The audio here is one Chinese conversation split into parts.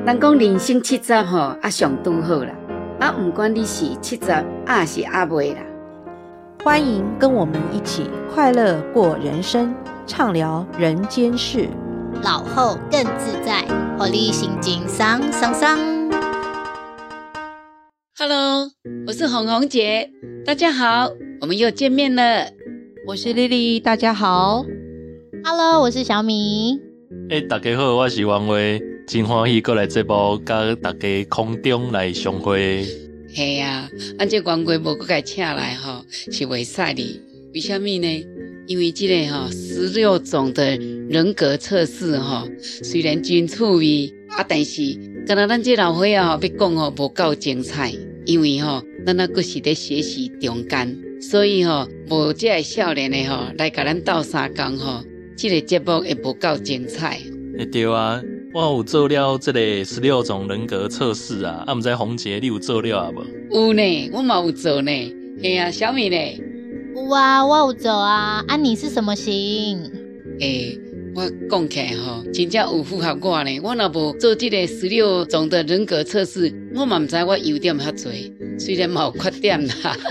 人讲人生70吼，上拄好啦。不管你是70是未啦。 欢迎跟我们一起快乐过人生，畅聊人间事， 老后更自在，互你心情爽爽爽。 Hello， 我是红红姐，大家好，我们又见面了。 我是丽丽，大家好。 Hello， 我是小米。 大家好，我是王威，真欢喜过来这部跟大家空中来相会。 嘿啊，咱这王威无甲请来吼，是袂使的。为什么呢？因为这个16种的人格测试虽然真趣味但是敢若咱这老伙要讲无够精彩，因为咱还是在学习中间，所以无这个少年的来甲咱斗相共这个节目会无够精彩。 对啊，我有做了这个16种人格测试啊，不知红姐你有做了啊无？ 有呢，我嘛有做呢。嘿啊，小米呢？ 有啊，我有做啊。你是什么型？ 我讲起来真正有符合我呢。我若无做这个16种的人格测试，我嘛不知我优点遐多，虽然嘛有缺点啦。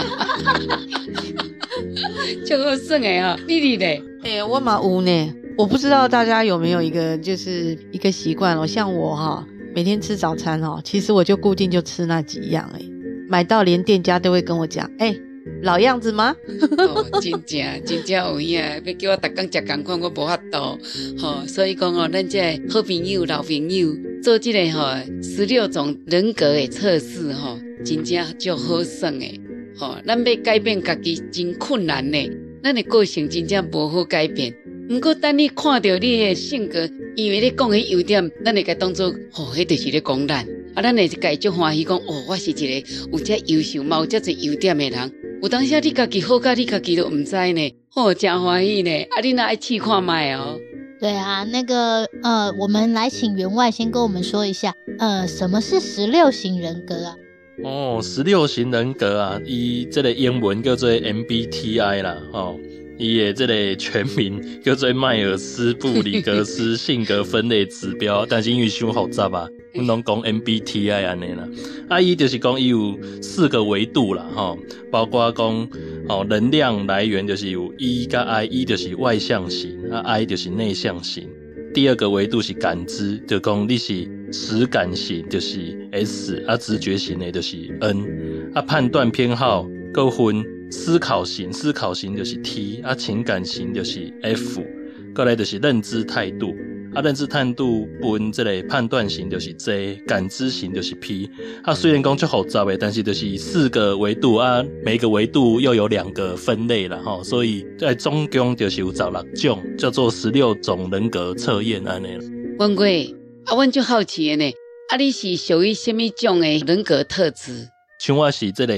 就好算的丽丽呢？ 我嘛有呢。我不知道大家有没有一个习惯像我每天吃早餐其实我就固定就吃那几样买到连店家都会跟我讲老样子吗？ 真正有影，要叫我每天吃同款，我无法度。所以讲咱这好朋友、老朋友做这个16种人格的测试真正就好算的。咱要改变自己真困难呢，咱的个性真正无好改变。不过等你看到你的性格，因为你讲的优点，咱会甲当作迄就是咧讲咱，咱会家足欢喜讲我是一个有遮优秀、嘛有遮侪优点的人。有当时你家己好甲你家己都唔知呢，真欢喜呢。你哪爱试看卖哦？ 对啊，那个我们来请员外先跟我们说一下，什么是16型人格啊 ？16型人格啊，伊这个英文叫做 MBTI 啦，伊的这个全名叫做迈尔斯布里格斯性格分类指标，但是因为太复杂啊，我们拢讲 MBTI 安尼啦。伊就是讲伊有4个维度啦，包括讲能量来源就是有 E 跟 I，E 就是外向型，I 就是内向型。第2个维度是感知，就讲你是实感型，就是 S， 直觉型的就是 N， 判断偏好各分思考型就是 T， 情感型就是 F， 再来就是认知态度，认知态度分这个判断型就是 J， 感知型就是 P。虽然讲很复杂的，但是就是4个维度每个维度又有2个分类啦所以在总共就是有16种，叫做16种人格测验安尼啦。 文贵阮就好奇的呢，你是属于什么种的人格特质？ 像我是这个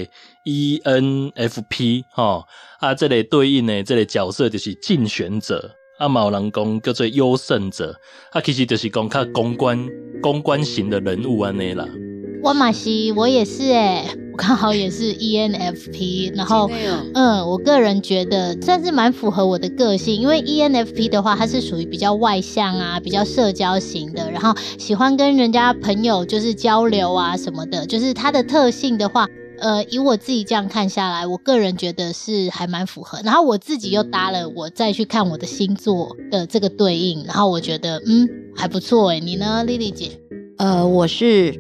ENFP 这个对应的这个角色就是竞选者，嘛有人讲叫做优胜者，其实就是讲较公关型的人物安尼啦。 我也是我刚好也是 ENFP， 然后我个人觉得算是蛮符合我的个性，因为 ENFP 的话它是属于比较外向比较社交型的，然后喜欢跟人家朋友就是交流什么的，就是它的特性的话以我自己这样看下来，我个人觉得是还蛮符合，然后我自己又搭了我再去看我的星座的这个对应，然后我觉得还不错你呢丽丽姐？ 我是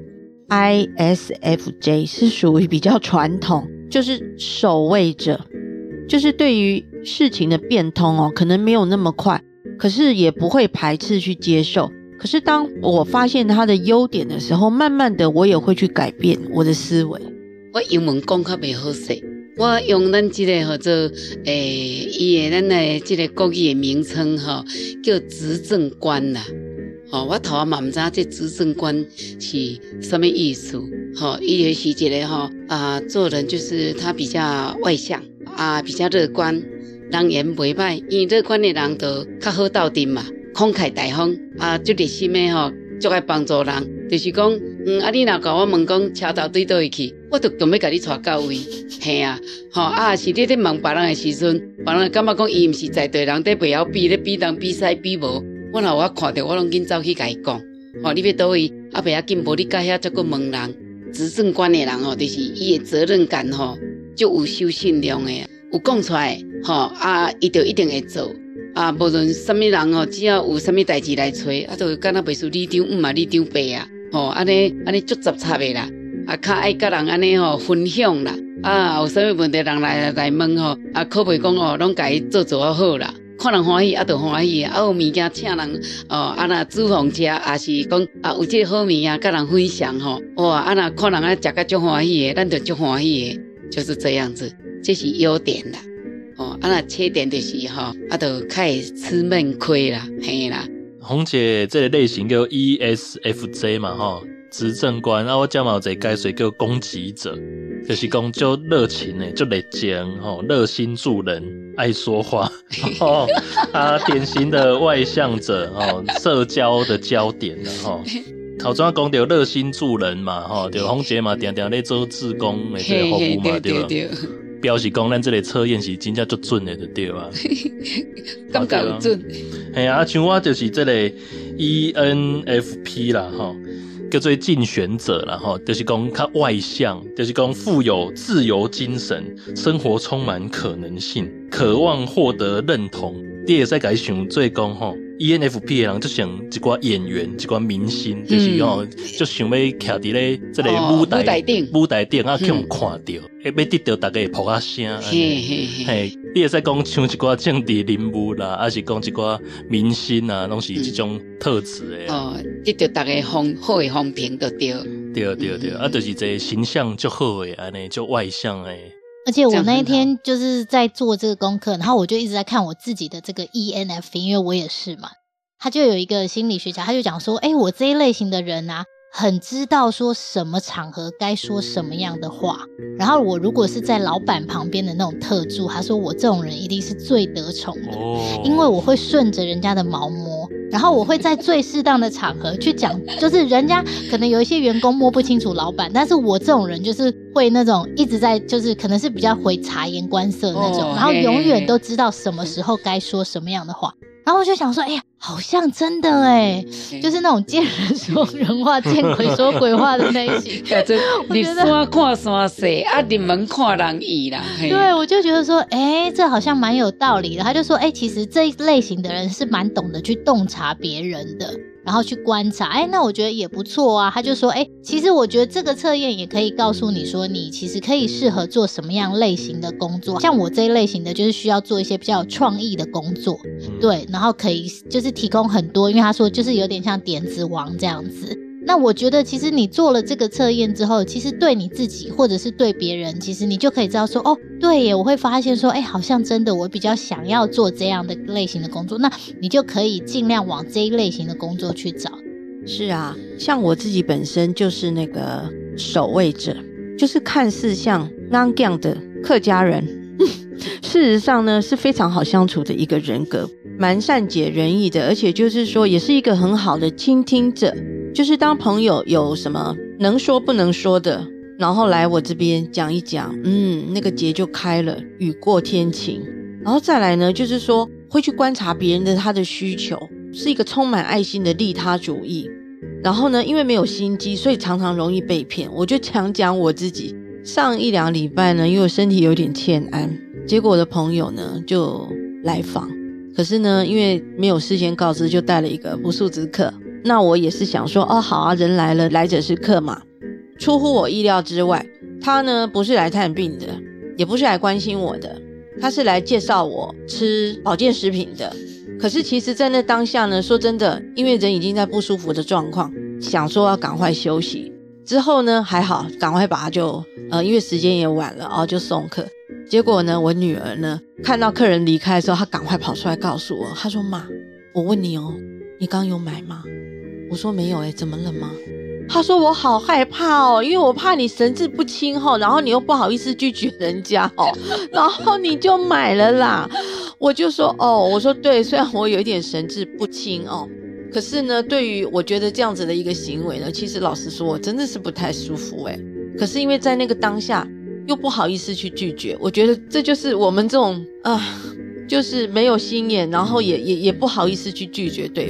ISFJ， 是属于比较传统，就是守卫者，就是对于事情的变通可能没有那么快，可是也不会排斥去接受。可是当我发现他的优点的时候，慢慢的我也会去改变我的思维。 我英文讲较袂好势，我用咱这个做咱的这个国语的名称叫执政官啦。我头嘛不知道这执政官是什么意思。他是一个做人就是他比较外向比较乐观，人缘袂歹，因为乐观的人就较好斗阵嘛，慷慨大方就热心的足爱帮助人，就是讲你若甲我问讲车头对倒位去，我就强要甲你带到位。嘿是你在问别人的时阵，别人感觉讲伊毋是在地人，在背后比咧比东比西比无。我看到我拢紧走去甲伊讲， 你要倒位啊，不要紧，无你到遐再去问人。执政官的人就是伊的责任感就有守信量的，有讲出来伊就一定会做啊。无论什么人只要有什么代志来找就敢若袂输里长里长伯安尼足杂插的啦。较爱甲人安尼分享啦。有啥物问题人来问可袂讲拢甲伊做啊好啦。看人欢喜就欢喜有物件请人若煮饭食，也是讲有这个好物件甲人分享哇若看人食甲足欢喜的，咱就足欢喜的，就是这样子，这是优点啦。若缺点就是就较会吃闷亏啦，嘿啦。 红姐这个类型叫 ESFJ 嘛执政官我这嘛有一个解说叫攻击者，就是讲就热情的，就热情热心助人，爱说话典型的外向者社交的焦点啦头先讲到热心助人嘛对，红姐嘛常常在做志工的这个服务嘛对，表示讲咱这个测验是真正足准的就对啊， 感觉有准。 嘿啊，像我就是这个 ENFP 啦叫做竞选者啦就是讲较外向，就是讲富有自由精神，生活充满可能性，渴望获得认同。你会使甲伊想做讲ENFP 的人就像一寡演员，一寡明星，就是就想要徛伫咧这个舞台顶啊，去互看到，要得到大家的扑啊声。嘿，你会使讲像一寡政治人物啦，还是讲一寡明星啊，拢是这种特质的。 得到大家好的风评就对。 对，就是这个形象就好的，安尼就外向的。 而且我那一天就是在做这个功课，然后我就一直在看我自己的这个 ENFP， 因为我也是嘛。他就有一个心理学家，他就讲说我这一类型的人啊，很知道说什么场合该说什么样的话，然后我如果是在老板旁边的那种特助，他说我这种人一定是最得宠的因为我会顺着人家的毛摸，然后我会在最适当的场合去讲，就是人家可能有一些员工摸不清楚老板，但是我这种人就是会那种一直在，就是可能是比较会察言观色那种然后永远都知道什么时候该说什么样的话。然后我就想说好像真的就是那种见人说人话见鬼说鬼话的类型你山看山势你门看人意啦。 对，我就觉得说这好像蛮有道理的。他就说其实这一类型的人是蛮懂得去洞察别人的，然后去观察那我觉得也不错啊。他就说其实我觉得这个测验也可以告诉你说你其实可以适合做什么样类型的工作，像我这一类型的就是需要做一些比较有创意的工作对，然后可以就是提供很多，因为他说就是有点像点子王这样子。那我觉得其实你做了这个测验之后，其实对你自己或者是对别人，其实你就可以知道说对耶，我会发现说好像真的我比较想要做这样的类型的工作，那你就可以尽量往这一类型的工作去找。 是啊，像我自己本身就是那个守卫者，就是看似像刚强的客家人事实上呢是非常好相处的一个人格，蛮善解人意的，而且就是说也是一个很好的倾听者，就是当朋友有什么能说不能说的，然后来我这边讲一讲那个结就开了，雨过天晴。然后再来呢就是说会去观察别人的他的需求，是一个充满爱心的利他主义。然后呢因为没有心机，所以常常容易被骗。我就讲我自己，上一两礼拜呢因为我身体有点欠安，结果我的朋友呢就来访，可是呢因为没有事先告知，就带了一个不速之客。那我也是想说好啊，人来了，来者是客嘛。出乎我意料之外，他呢不是来探病的，也不是来关心我的，他是来介绍我吃保健食品的。可是其实在那当下呢，说真的，因为人已经在不舒服的状况，想说要赶快休息。之后呢还好，赶快把他就因为时间也晚了就送客。结果呢我女儿呢看到客人离开的时候，她赶快跑出来告诉我，她说妈，我问你你刚有买吗？我说没有怎么了吗？她说我好害怕因为我怕你神志不清然后你又不好意思拒绝人家然后你就买了啦。我就说我说对，虽然我有一点神志不清可是呢对于我觉得这样子的一个行为呢，其实老实说我真的是不太舒服可是因为在那个当下又不好意思去拒绝，我觉得这就是我们这种就是没有心眼，然后也不好意思去拒绝对方。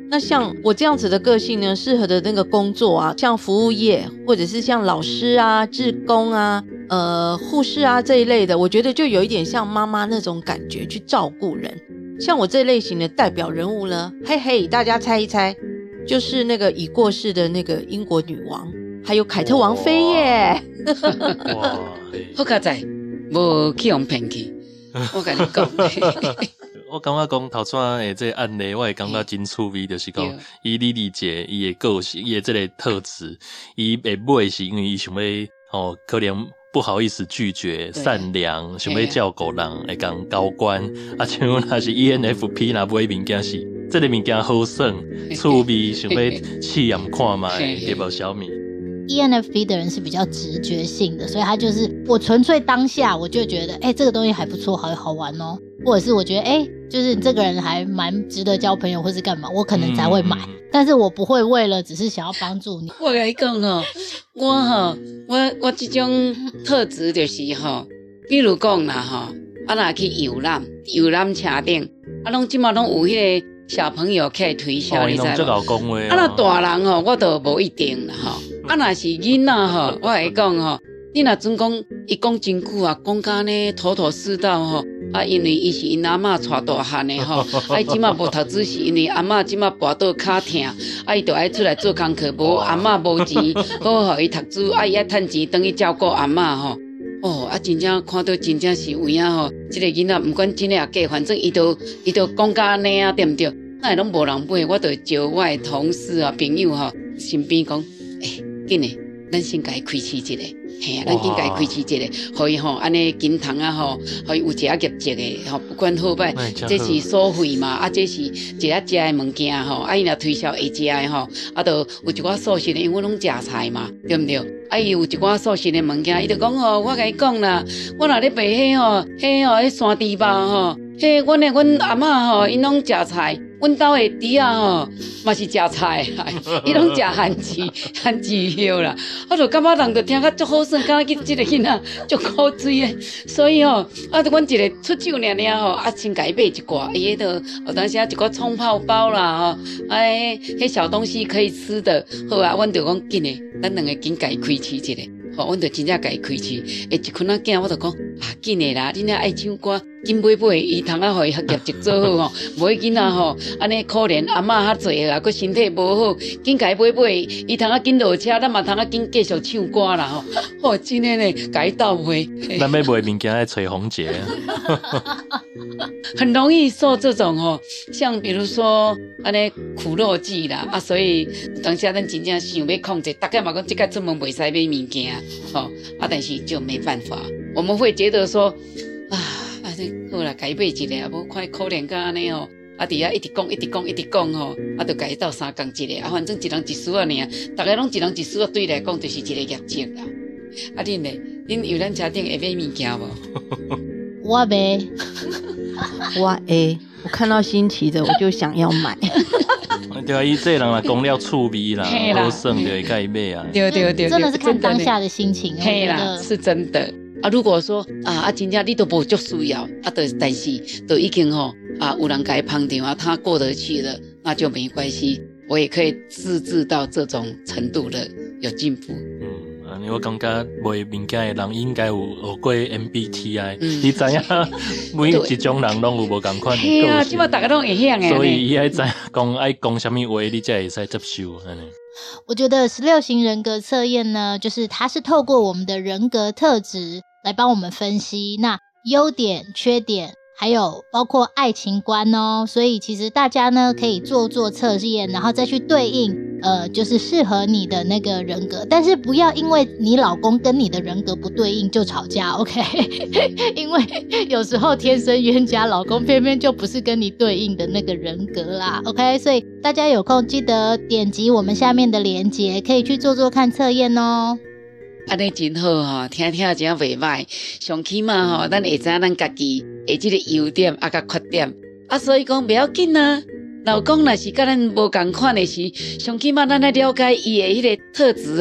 那像我这样子的个性呢，适合的那个工作啊，像服务业或者是像老师啊、志工啊、护士啊这一类的，我觉得就有一点像妈妈那种感觉，去照顾人。像我这类型的代表人物呢，嘿嘿，大家猜一猜，就是那个已过世的那个英国女王，还有凯特王妃耶。 哇， 好佳哉，无去用骗去，我跟你讲。 我感觉讲头先的这个案例，我会感觉真趣味，就是讲伊李丽姐伊的个性，伊的这个特质，伊会买是因为伊想要可能不好意思拒绝，善良，想要照顾人，会讲高官，像若是 ENFP 若买物件是这个物件好耍，趣味，想要试验看卖，对无小米。 ENFP 的人是比较直觉性的，所以他就是我纯粹当下我就觉得这个东西还不错，好玩哦，或者是我觉得就是这个人还蛮值得交朋友或是干嘛，我可能才会买，但是我不会为了只是想要帮助你。 我跟你讲我这种特质就是比如讲啦若去游览车顶拢即马拢有迄个小朋友可以推销，你知无？若大人我就无一定啦若是囡仔我会讲你若准讲伊讲真久啊，讲到呢头头是道因为伊是因阿嬷带大汉的伊即马无读书是因为阿嬷即马跋倒骹疼，伊就爱出来做工课，无阿嬷无钱，好互伊读书，伊爱趁钱等于照顾阿嬷真正看到真正是有影这个囡仔不管真的也假，反正伊都讲到安尼对不对？那拢无人买，我就招我的同事朋友身边讲，紧的，咱先甲伊开市一个。咱紧甲伊开市一个，互伊安尼金堂互伊有一个业绩的不管好歹，这是收费嘛，这是一下食的物件伊若推销会食的就有一寡素食的，因为我拢食菜嘛，对不对？伊有一寡素食的物件，伊就讲我甲伊讲啦，我若咧卖迄山猪肉阮阿嬷因拢食菜。阮兜的猪啊嘛是食菜，伊拢食番薯叶啦。我就感觉人就听甲足好耍，感觉即个囡仔足古锥的，所以阮一个出手尔先甲伊买一寡，伊迄个有当时一寡冲泡包啦迄小东西可以吃的，好啊，阮就讲紧的，咱两个紧甲伊开市一个。阮就真正甲伊开市，一群仔囝我就讲紧的啦，恁俩爱唱歌，紧买，伊通互伊业绩做好无迄囡仔安尼可怜，阿嬷较济啊，佮身体无好，紧甲伊买，伊通紧落车，咱嘛通紧继续唱歌啦真的呢，甲伊斗买。 咱要买物件爱找红姐， 很容易受这种像比如说安尼苦肉计啦所以当时咱真正想要控制，大概嘛讲这个出门袂使买物件但是就没办法，我们会觉得说好啦，甲伊买一个无看可怜甲安尼伫遐一直讲就甲伊斗三工一个反正一人一丝尔，大家拢一人一丝对来讲就是一个业绩啦。恁呢？恁游览车顶会买物件无？ 我买， 我看到新奇的我就想要买。 对啊，伊这人啦讲了趣味啦，好耍就会甲伊买啊。 对， 真的是看当下的心情。 嘿啦，是真的。如果说真正你都无足需要但是都已经有人甲伊捧场他过得去了，那就没关系。我也可以自制到这种程度的有进步。 我感觉卖物件的人应该有学过 MBTI， 你知影每一种人拢有无同款的个性。 嘿啊，即马大家拢会晓的。 所以伊爱知爱讲什么话，你才会使接受安尼。 我觉得16型人格测验呢，就是它是透过我们的人格特质来帮我们分析那优点、缺点，还有包括爱情观所以其实大家呢可以做测验，然后再去对应就是适合你的那个人格，但是不要因为你老公跟你的人格不对应就吵架 OK 因为有时候天生冤家，老公偏偏就不是跟你对应的那个人格啦 OK， 所以大家有空记得点击我们下面的连结，可以去做看测验哦。 安尼真好听真袂歹，上起码咱会知咱家己的这个优点甲缺点所以讲不要紧老公若是甲咱无同款的时，上起码咱来了解伊的迄个特质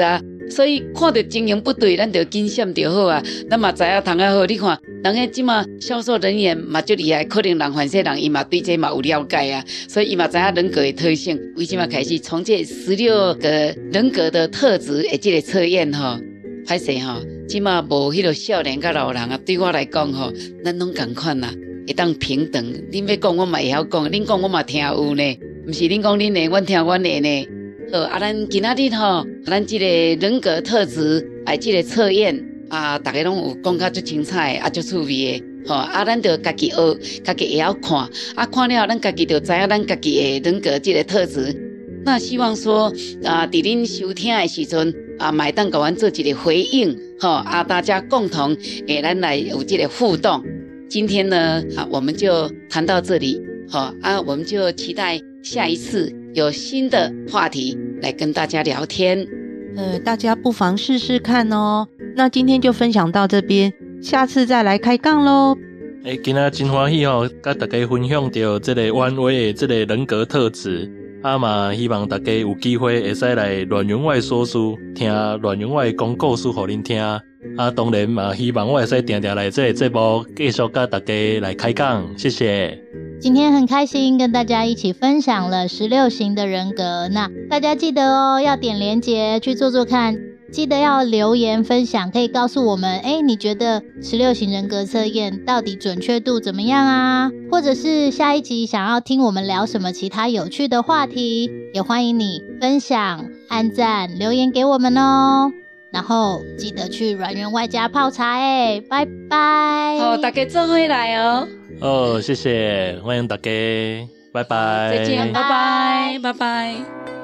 所以看到经营不对，咱就紧闪就好啊。咱嘛知影同啊好，你看，人家即马销售人员嘛足厉害，可能人反射人伊嘛对这嘛有了解啊，所以伊嘛知影人格的特性。为即马开始从这16个人格的特质的这个测验吼，歹势吼，即马无迄个少年甲老人啊，对我来讲吼，咱拢同款啦，会当平等。恁要讲我嘛会晓讲，恁讲我嘛听有呢，毋是恁讲恁的，阮听阮的呢。好啊，咱今仔日吼，咱这个人格特质这个测验啊，大家拢有讲较足精彩啊，足趣味的。吼啊，咱就家己学，家己会晓看啊，看了咱家己就知影咱家己的人格这个特质。那希望说啊，伫恁收听的时阵啊，买当甲阮做一个回应，吼啊，大家共同咱来有这个互动。今天呢啊，我们就谈到这里，好啊，我们就期待下一次有新的话题来跟大家聊天。 大家不妨试试看哦。那今天就分享到这边，下次再来开杠咯。 今仔真欢喜哦，跟大家分享到这个婉薇的这个人格特质。嘛希望大家有机会会使来阮员外说书，听阮员外讲故事给恁听。当然嘛，希望我会使定定来这个节目继续跟大家来开讲，谢谢。 今天很开心跟大家一起分享了16型的人格，那大家记得哦，要点连结去做做看，记得要留言分享，可以告诉我们，你觉得16型人格测验到底准确度怎么样啊？或者是下一集想要听我们聊什么其他有趣的话题，也欢迎你分享、按赞、留言给我们哦。然后记得去阮员外家泡茶拜拜。 好，大家做回来哦。 谢谢，欢迎大家，拜拜。 再见，拜拜，拜拜。